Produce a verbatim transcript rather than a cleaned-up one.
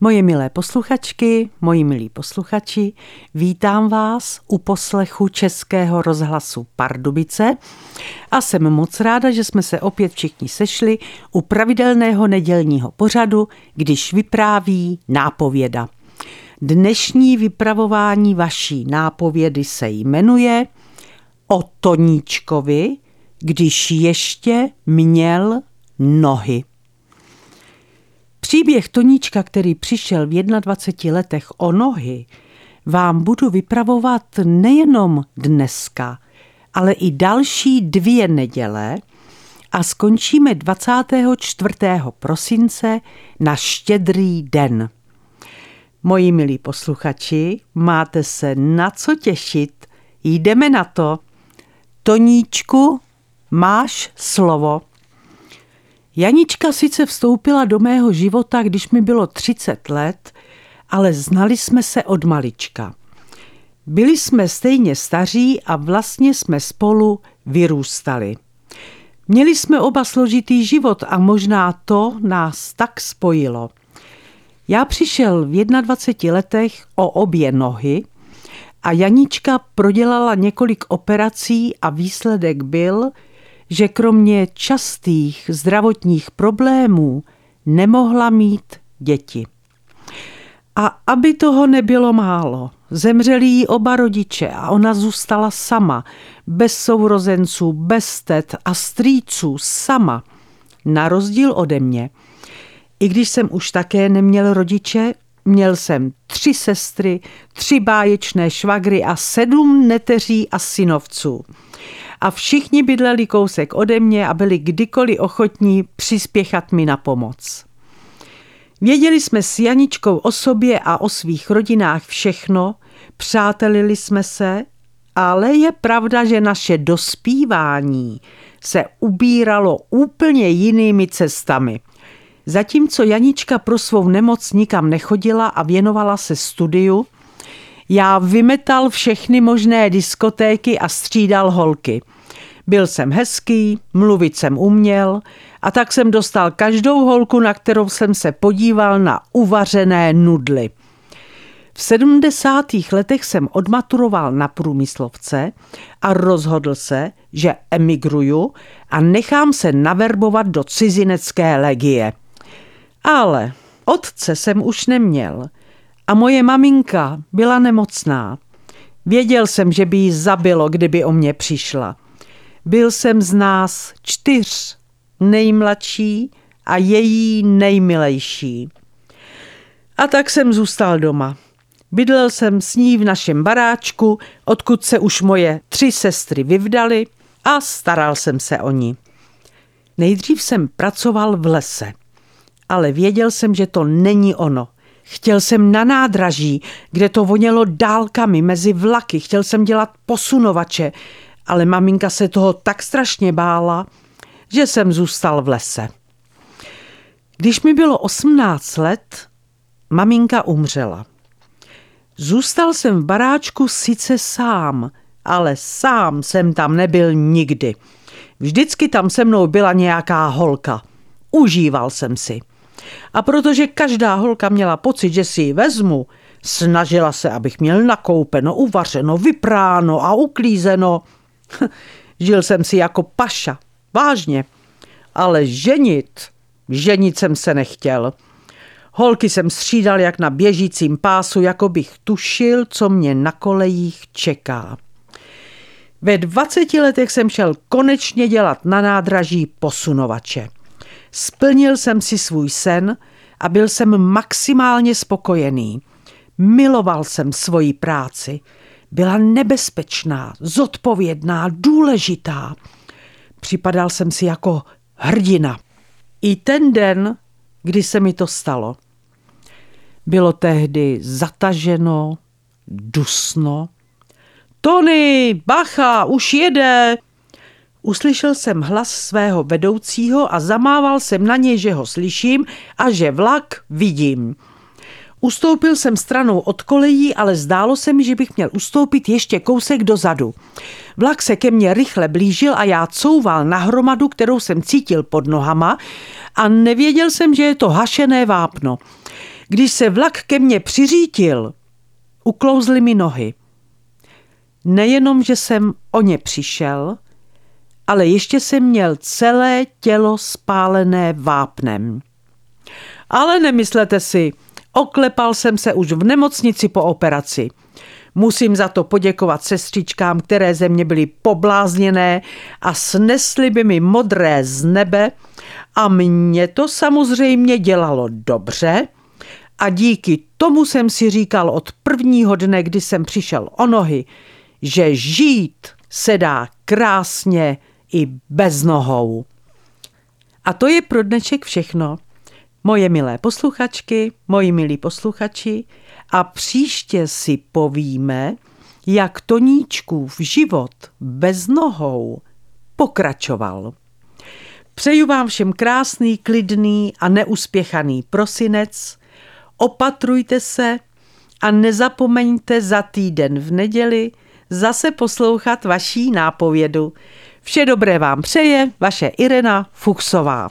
Moje milé posluchačky, moji milí posluchači, vítám vás u poslechu Českého rozhlasu Pardubice a jsem moc ráda, že jsme se opět všichni sešli u pravidelného nedělního pořadu, když vypráví nápověda. Dnešní vypravování vaší nápovědy se jmenuje O Toníčkovi, když ještě měl nohy. Příběh Toníčka, který přišel v dvaceti jedné letech o nohy, vám budu vypravovat nejenom dneska, ale i další dvě neděle a skončíme dvacátého čtvrtého prosince na Štědrý den. Moji milí posluchači, máte se na co těšit, jdeme na to. Toníčku, máš slovo. Janička sice vstoupila do mého života, když mi bylo třicet let, ale znali jsme se od malička. Byli jsme stejně staří a vlastně jsme spolu vyrůstali. Měli jsme oba složitý život a možná to nás tak spojilo. Já přišel v dvaceti jedné letech o obě nohy a Janička prodělala několik operací a výsledek byl, že kromě častých zdravotních problémů nemohla mít děti. A aby toho nebylo málo, zemřeli jí oba rodiče a ona zůstala sama, bez sourozenců, bez tet a strýců, sama, na rozdíl ode mě. I když jsem už také neměl rodiče, měl jsem tři sestry, tři báječné švagry a sedm neteří a synovců. A všichni bydleli kousek ode mě a byli kdykoliv ochotní přispěchat mi na pomoc. Věděli jsme s Janičkou o sobě a o svých rodinách všechno, přátelili jsme se, ale je pravda, že naše dospívání se ubíralo úplně jinými cestami. Zatímco Janička pro svou nemoc nikam nechodila a věnovala se studiu, já vymetal všechny možné diskotéky a střídal holky. Byl jsem hezký, mluvit jsem uměl a tak jsem dostal každou holku, na kterou jsem se podíval, na uvařené nudly. V sedmdesátých letech jsem odmaturoval na průmyslovce a rozhodl se, že emigruju a nechám se naverbovat do cizinecké legie. Ale otce jsem už neměl a moje maminka byla nemocná. Věděl jsem, že by jí zabilo, kdyby o mě přišla. Byl jsem z nás čtyř nejmladší a její nejmilejší. A tak jsem zůstal doma. Bydlel jsem s ní v našem baráčku, odkud se už moje tři sestry vyvdaly a staral jsem se o ní. Nejdřív jsem pracoval v lese, ale věděl jsem, že to není ono. Chtěl jsem na nádraží, kde to vonělo dálkami mezi vlaky, chtěl jsem dělat posunovače, ale maminka se toho tak strašně bála, že jsem zůstal v lese. Když mi bylo osmnáct let, maminka umřela. Zůstal jsem v baráčku sice sám, ale sám jsem tam nebyl nikdy. Vždycky tam se mnou byla nějaká holka. Užíval jsem si. A protože každá holka měla pocit, že si ji vezmu, snažila se, abych měl nakoupeno, uvařeno, vypráno a uklízeno. Žil jsem si jako paša, vážně. Ale ženit, ženit jsem se nechtěl. Holky jsem střídal jak na běžícím pásu, jako bych tušil, co mě na kolejích čeká. Ve dvaceti letech jsem šel konečně dělat na nádraží posunovače. Splnil jsem si svůj sen a byl jsem maximálně spokojený. Miloval jsem svoji práci. Byla nebezpečná, zodpovědná, důležitá. Připadal jsem si jako hrdina. I ten den, kdy se mi to stalo. Bylo tehdy zataženo, dusno. Tony, bacha, už jede! Uslyšel jsem hlas svého vedoucího a zamával jsem na něj, že ho slyším a že vlak vidím. Ustoupil jsem stranou od kolejí, ale zdálo se mi, že bych měl ustoupit ještě kousek dozadu. Vlak se ke mně rychle blížil a já couval na hromadu, kterou jsem cítil pod nohama a nevěděl jsem, že je to hašené vápno. Když se vlak ke mně přiřítil, uklouzly mi nohy. Nejenom, že jsem o ně přišel, ale ještě jsem měl celé tělo spálené vápnem. Ale nemyslete si, oklepal jsem se už v nemocnici po operaci. Musím za to poděkovat sestřičkám, které ze mě byly poblázněné a snesly by mi modré z nebe a mě to samozřejmě dělalo dobře a díky tomu jsem si říkal od prvního dne, kdy jsem přišel o nohy, že žít se dá krásně i bez nohou. A to je pro dnešek všechno. Moje milé posluchačky, moji milí posluchači, a příště si povíme, jak Toníčkův život bez nohou pokračoval. Přeju vám všem krásný, klidný a neuspěchaný prosinec. Opatrujte se a nezapomeňte za týden v neděli zase poslouchat vaší nápovědu. Vše dobré vám přeje vaše Irena Fuchsová.